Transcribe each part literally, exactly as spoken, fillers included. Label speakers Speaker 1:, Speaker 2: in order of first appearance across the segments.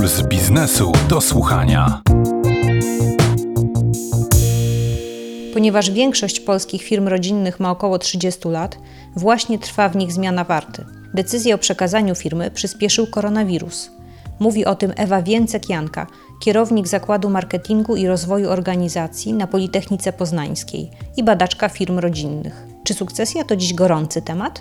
Speaker 1: z biznesu do słuchania.
Speaker 2: Ponieważ większość polskich firm rodzinnych ma około trzydzieści lat, właśnie trwa w nich zmiana warty. Decyzję o przekazaniu firmy przyspieszył koronawirus. Mówi o tym Ewa Więcek-Janka, kierownik Zakładu Marketingu i Rozwoju Organizacji na Politechnice Poznańskiej i badaczka firm rodzinnych. Czy sukcesja to dziś gorący temat?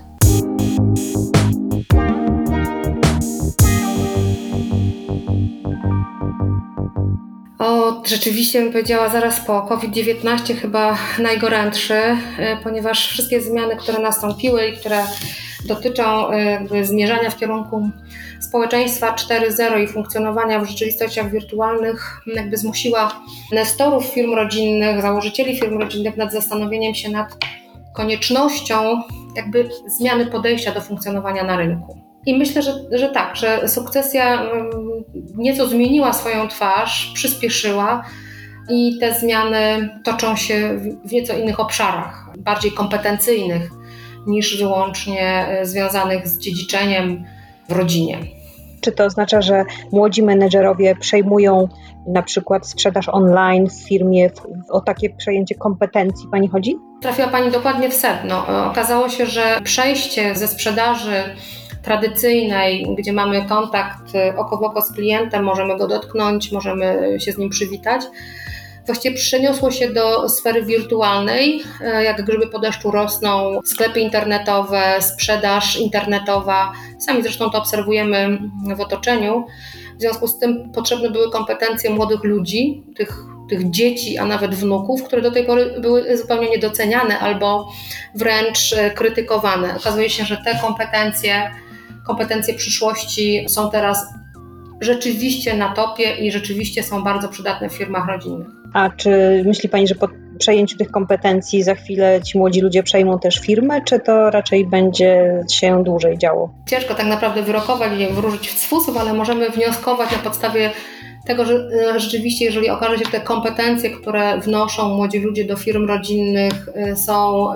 Speaker 3: O, rzeczywiście bym powiedziała zaraz po COVID dziewiętnaście chyba najgorętszy, ponieważ wszystkie zmiany, które nastąpiły i które dotyczą jakby zmierzania w kierunku społeczeństwa cztery zero i funkcjonowania w rzeczywistościach wirtualnych, jakby zmusiła nestorów firm rodzinnych, założycieli firm rodzinnych nad zastanowieniem się nad koniecznością jakby zmiany podejścia do funkcjonowania na rynku. I myślę, że, że tak, że sukcesja nieco zmieniła swoją twarz, przyspieszyła i te zmiany toczą się w nieco innych obszarach, bardziej kompetencyjnych niż wyłącznie związanych z dziedziczeniem w rodzinie.
Speaker 2: Czy to oznacza, że młodzi menedżerowie przejmują na przykład sprzedaż online w firmie? O takie przejęcie kompetencji Pani chodzi?
Speaker 3: Trafiła Pani dokładnie w sedno. Okazało się, że przejście ze sprzedaży tradycyjnej, gdzie mamy kontakt oko w oko z klientem, możemy go dotknąć, możemy się z nim przywitać, właściwie przeniosło się do sfery wirtualnej, jak grzyby po deszczu rosną, sklepy internetowe, sprzedaż internetowa. Sami zresztą to obserwujemy w otoczeniu. W związku z tym potrzebne były kompetencje młodych ludzi, tych, tych dzieci, a nawet wnuków, które do tej pory były zupełnie niedoceniane albo wręcz krytykowane. Okazuje się, że te kompetencje, kompetencje przyszłości są teraz rzeczywiście na topie i rzeczywiście są bardzo przydatne w firmach rodzinnych.
Speaker 2: A czy myśli Pani, że po przejęciu tych kompetencji za chwilę ci młodzi ludzie przejmą też firmę, czy to raczej będzie się dłużej działo?
Speaker 3: Ciężko tak naprawdę wyrokować i wróżyć w sposób, ale możemy wnioskować na podstawie tego, że rzeczywiście, jeżeli okaże się, że te kompetencje, które wnoszą młodzi ludzie do firm rodzinnych, są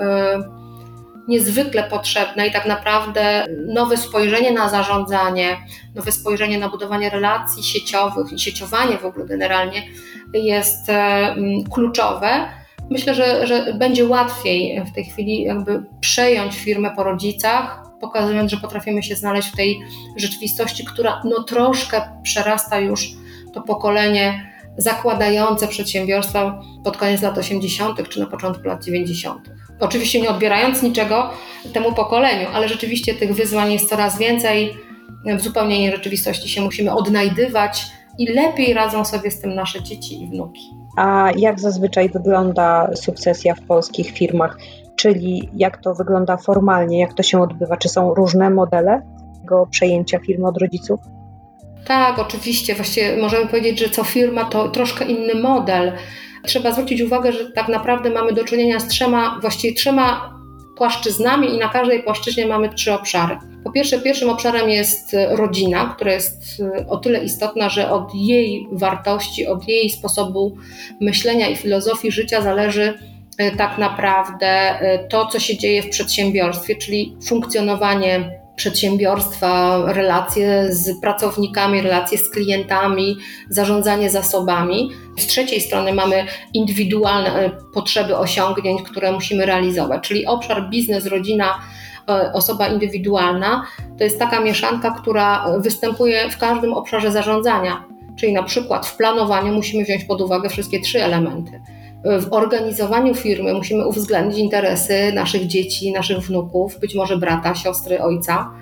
Speaker 3: niezwykle potrzebne i tak naprawdę nowe spojrzenie na zarządzanie, nowe spojrzenie na budowanie relacji sieciowych i sieciowanie w ogóle generalnie jest kluczowe. Myślę, że, że będzie łatwiej w tej chwili jakby przejąć firmę po rodzicach, pokazując, że potrafimy się znaleźć w tej rzeczywistości, która no troszkę przerasta już to pokolenie zakładające przedsiębiorstwa pod koniec lat osiemdziesiątych czy na początku lat dziewięćdziesiątych. Oczywiście nie odbierając niczego temu pokoleniu, ale rzeczywiście tych wyzwań jest coraz więcej. W zupełnie innej rzeczywistości się musimy odnajdywać i lepiej radzą sobie z tym nasze dzieci i wnuki.
Speaker 2: A jak zazwyczaj wygląda sukcesja w polskich firmach? Czyli jak to wygląda formalnie, jak to się odbywa? Czy są różne modele tego przejęcia firmy od rodziców?
Speaker 3: Tak, oczywiście. Właściwie możemy powiedzieć, że co firma to troszkę inny model. Trzeba zwrócić uwagę, że tak naprawdę mamy do czynienia z trzema, właściwie trzema płaszczyznami i na każdej płaszczyźnie mamy trzy obszary. Po pierwsze, pierwszym obszarem jest rodzina, która jest o tyle istotna, że od jej wartości, od jej sposobu myślenia i filozofii życia zależy tak naprawdę to, co się dzieje w przedsiębiorstwie, czyli funkcjonowanie przedsiębiorstwa, relacje z pracownikami, relacje z klientami, zarządzanie zasobami. Z trzeciej strony mamy indywidualne potrzeby osiągnięć, które musimy realizować, czyli obszar biznes, rodzina, osoba indywidualna to jest taka mieszanka, która występuje w każdym obszarze zarządzania, czyli na przykład w planowaniu musimy wziąć pod uwagę wszystkie trzy elementy. W organizowaniu firmy musimy uwzględnić interesy naszych dzieci, naszych wnuków, być może brata, siostry, ojca,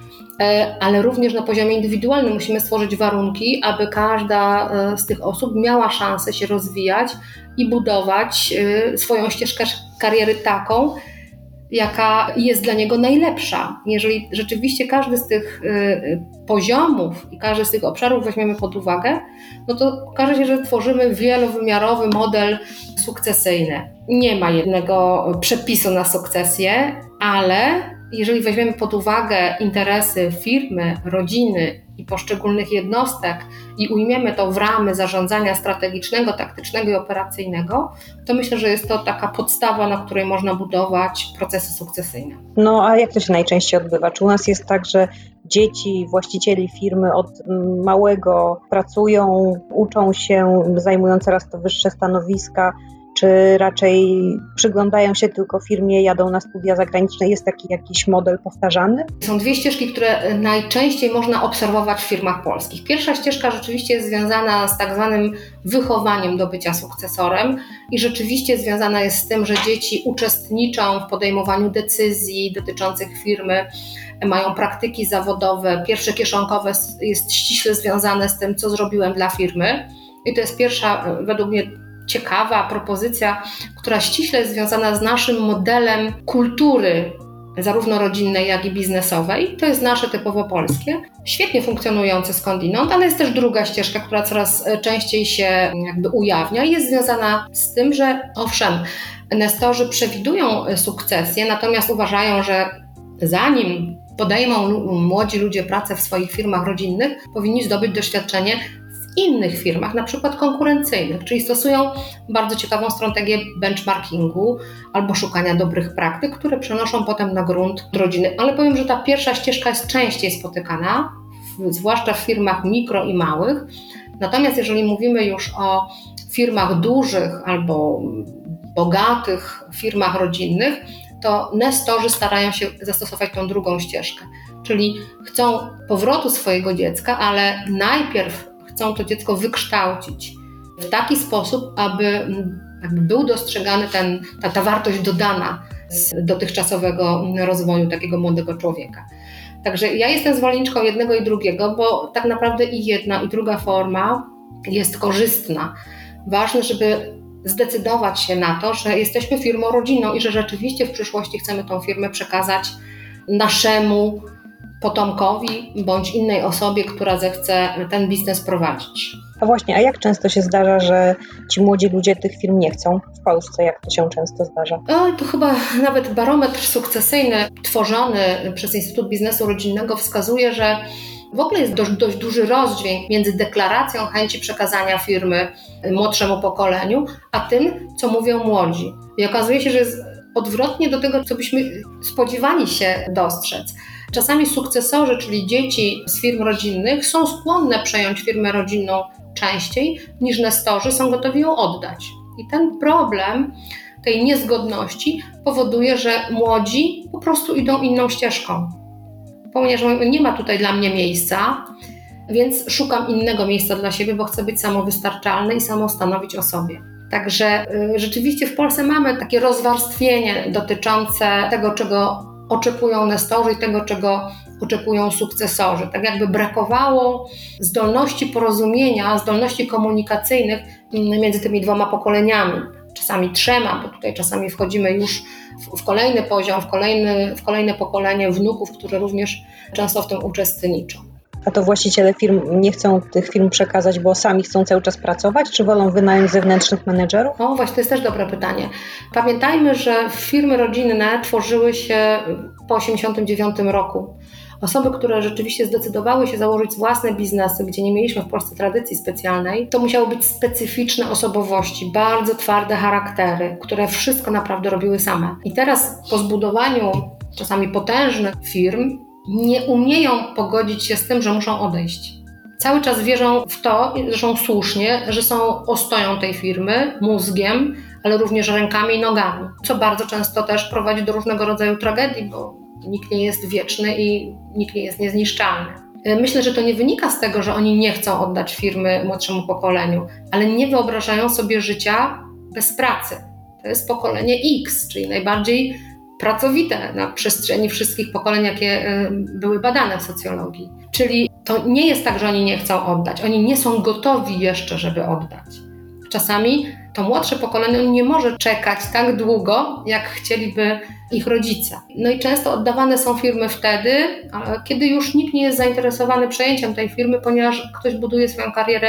Speaker 3: ale również na poziomie indywidualnym musimy stworzyć warunki, aby każda z tych osób miała szansę się rozwijać i budować swoją ścieżkę kariery taką, jaka jest dla niego najlepsza. Jeżeli rzeczywiście każdy z tych poziomów i każdy z tych obszarów weźmiemy pod uwagę, no to okaże się, że tworzymy wielowymiarowy model sukcesyjny. Nie ma jednego przepisu na sukcesję, ale jeżeli weźmiemy pod uwagę interesy firmy, rodziny i poszczególnych jednostek i ujmiemy to w ramy zarządzania strategicznego, taktycznego i operacyjnego, to myślę, że jest to taka podstawa, na której można budować procesy sukcesyjne.
Speaker 4: No a jak to się najczęściej odbywa? Czy u nas jest tak, że dzieci właścicieli firmy od małego pracują, uczą się, zajmują coraz to wyższe stanowiska, czy raczej przyglądają się tylko firmie, jadą na studia zagraniczne? Jest taki jakiś model powtarzany?
Speaker 3: Są dwie ścieżki, które najczęściej można obserwować w firmach polskich. Pierwsza ścieżka rzeczywiście jest związana z tak zwanym wychowaniem do bycia sukcesorem i rzeczywiście związana jest z tym, że dzieci uczestniczą w podejmowaniu decyzji dotyczących firmy, mają praktyki zawodowe, pierwsze kieszonkowe jest ściśle związane z tym, co zrobiłem dla firmy. I to jest pierwsza, według mnie, ciekawa propozycja, która ściśle jest związana z naszym modelem kultury, zarówno rodzinnej, jak i biznesowej. To jest nasze typowo polskie, świetnie funkcjonujące skądinąd, ale jest też druga ścieżka, która coraz częściej się jakby ujawnia i jest związana z tym, że owszem, nestorzy przewidują sukcesję, natomiast uważają, że zanim podejmą młodzi ludzie pracę w swoich firmach rodzinnych, powinni zdobyć doświadczenie w innych firmach, na przykład konkurencyjnych, czyli stosują bardzo ciekawą strategię benchmarkingu albo szukania dobrych praktyk, które przenoszą potem na grunt rodziny. Ale powiem, że ta pierwsza ścieżka jest częściej spotykana, w, zwłaszcza w firmach mikro i małych. Natomiast jeżeli mówimy już o firmach dużych albo bogatych firmach rodzinnych, to nestorzy starają się zastosować tą drugą ścieżkę, czyli chcą powrotu swojego dziecka, ale najpierw chcą to dziecko wykształcić w taki sposób, aby jakby był dostrzegany ten, ta, ta wartość dodana z dotychczasowego rozwoju takiego młodego człowieka. Także ja jestem zwolenniczką jednego i drugiego, bo tak naprawdę i jedna, i druga forma jest korzystna. Ważne, żeby zdecydować się na to, że jesteśmy firmą rodzinną i że rzeczywiście w przyszłości chcemy tą firmę przekazać naszemu potomkowi bądź innej osobie, która zechce ten biznes prowadzić.
Speaker 4: A właśnie, a jak często się zdarza, że ci młodzi ludzie tych firm nie chcą? W Polsce jak to się często zdarza?
Speaker 3: O, to chyba nawet barometr sukcesyjny tworzony przez Instytut Biznesu Rodzinnego wskazuje, że w ogóle jest dość, dość duży rozdźwięk między deklaracją chęci przekazania firmy młodszemu pokoleniu, a tym, co mówią młodzi. I okazuje się, że jest odwrotnie do tego, co byśmy spodziewali się dostrzec. Czasami sukcesorzy, czyli dzieci z firm rodzinnych, są skłonne przejąć firmę rodzinną częściej niż nestorzy są gotowi ją oddać. I ten problem tej niezgodności powoduje, że młodzi po prostu idą inną ścieżką. Ponieważ nie ma tutaj dla mnie miejsca, więc szukam innego miejsca dla siebie, bo chcę być samowystarczalny i samostanowić o sobie. Także y, rzeczywiście w Polsce mamy takie rozwarstwienie dotyczące tego, czego oczekują nestorzy i tego, czego oczekują sukcesorzy. Tak jakby brakowało zdolności porozumienia, zdolności komunikacyjnych między tymi dwoma pokoleniami. Czasami trzema, bo tutaj czasami wchodzimy już w, w kolejny poziom, w, kolejny, w kolejne pokolenie wnuków, które również często w tym uczestniczą.
Speaker 4: A to właściciele firm nie chcą tych firm przekazać, bo sami chcą cały czas pracować, czy wolą wynająć zewnętrznych menedżerów?
Speaker 3: No właśnie, to jest też dobre pytanie. Pamiętajmy, że firmy rodzinne tworzyły się po osiemdziesiątym dziewiątym roku. Osoby, które rzeczywiście zdecydowały się założyć własne biznesy, gdzie nie mieliśmy w Polsce tradycji specjalnej, to musiały być specyficzne osobowości, bardzo twarde charaktery, które wszystko naprawdę robiły same. I teraz po zbudowaniu czasami potężnych firm nie umieją pogodzić się z tym, że muszą odejść. Cały czas wierzą w to, zresztą słusznie, że są ostoją tej firmy, mózgiem, ale również rękami i nogami, co bardzo często też prowadzi do różnego rodzaju tragedii, bo nikt nie jest wieczny i nikt nie jest niezniszczalny. Myślę, że to nie wynika z tego, że oni nie chcą oddać firmy młodszemu pokoleniu, ale nie wyobrażają sobie życia bez pracy. To jest pokolenie X, czyli najbardziej pracowite na przestrzeni wszystkich pokoleń, jakie były badane w socjologii. Czyli to nie jest tak, że oni nie chcą oddać. Oni nie są gotowi jeszcze, żeby oddać. Czasami to młodsze pokolenie nie może czekać tak długo, jak chcieliby ich rodzice. No i często oddawane są firmy wtedy, kiedy już nikt nie jest zainteresowany przejęciem tej firmy, ponieważ ktoś buduje swoją karierę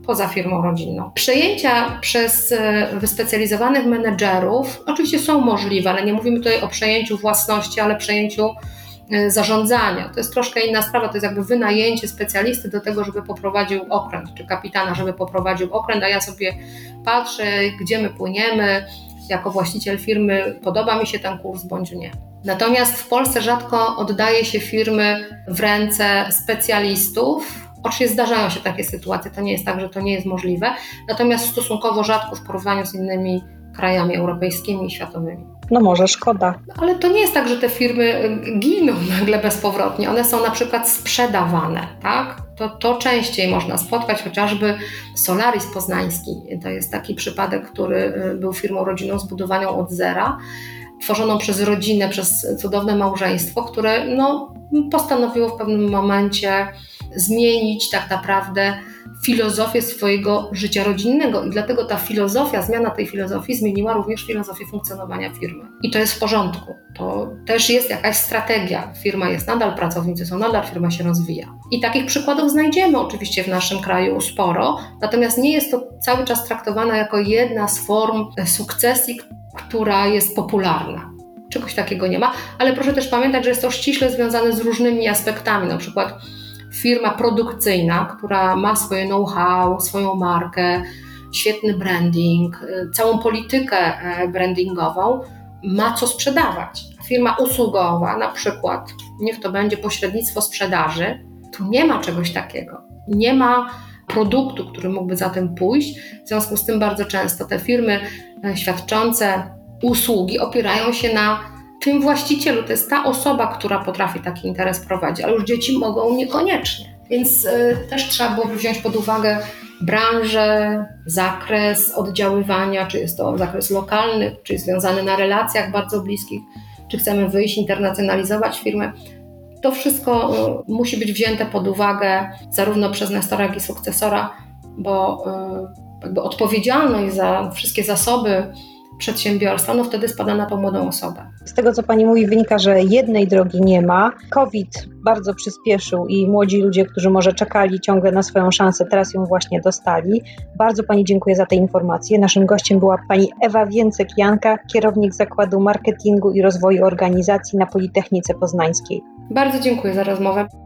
Speaker 3: poza firmą rodzinną. Przejęcia przez wyspecjalizowanych menedżerów oczywiście są możliwe, ale nie mówimy tutaj o przejęciu własności, ale przejęciu zarządzania. To jest troszkę inna sprawa, to jest jakby wynajęcie specjalisty do tego, żeby poprowadził okręt, czy kapitana, żeby poprowadził okręt, a ja sobie patrzę, gdzie my płyniemy, jako właściciel firmy, podoba mi się ten kurs bądź nie. Natomiast w Polsce rzadko oddaje się firmy w ręce specjalistów. Oczywiście zdarzają się takie sytuacje, to nie jest tak, że to nie jest możliwe, natomiast stosunkowo rzadko w porównaniu z innymi krajami europejskimi i światowymi.
Speaker 4: No może szkoda.
Speaker 3: Ale to nie jest tak, że te firmy giną nagle bezpowrotnie, one są na przykład sprzedawane, tak? To, to częściej można spotkać, chociażby Solaris Poznański, to jest taki przypadek, który był firmą rodzinną zbudowaną od zera, tworzoną przez rodzinę, przez cudowne małżeństwo, które no, postanowiło w pewnym momencie zmienić tak naprawdę filozofię swojego życia rodzinnego i dlatego ta filozofia, zmiana tej filozofii zmieniła również filozofię funkcjonowania firmy. I to jest w porządku. To też jest jakaś strategia. Firma jest nadal, pracownicy są nadal, firma się rozwija. I takich przykładów znajdziemy oczywiście w naszym kraju sporo, natomiast nie jest to cały czas traktowane jako jedna z form sukcesji, która jest popularna. Czegoś takiego nie ma, ale proszę też pamiętać, że jest to ściśle związane z różnymi aspektami, na przykład firma produkcyjna, która ma swoje know-how, swoją markę, świetny branding, całą politykę brandingową, ma co sprzedawać. Firma usługowa, na przykład, niech to będzie pośrednictwo sprzedaży, tu nie ma czegoś takiego. Nie ma produktu, który mógłby za tym pójść. W związku z tym bardzo często te firmy świadczące usługi opierają się na tym właścicielu. To jest ta osoba, która potrafi taki interes prowadzić, ale już dzieci mogą niekoniecznie. Więc y, też trzeba byłoby wziąć pod uwagę branżę, zakres oddziaływania, czy jest to zakres lokalny, czy związany na relacjach bardzo bliskich, czy chcemy wyjść, internacjonalizować firmę. To wszystko y, musi być wzięte pod uwagę zarówno przez nestora, jak i sukcesora, bo y, jakby odpowiedzialność za wszystkie zasoby przedsiębiorstwa, no wtedy spada na tą młodą osobę.
Speaker 4: Z tego, co Pani mówi, wynika, że jednej drogi nie ma. COVID bardzo przyspieszył i młodzi ludzie, którzy może czekali ciągle na swoją szansę, teraz ją właśnie dostali. Bardzo Pani dziękuję za te informacje. Naszym gościem była Pani Ewa Więcek-Janka, kierownik Zakładu Marketingu i Rozwoju Organizacji na Politechnice Poznańskiej.
Speaker 3: Bardzo dziękuję za rozmowę.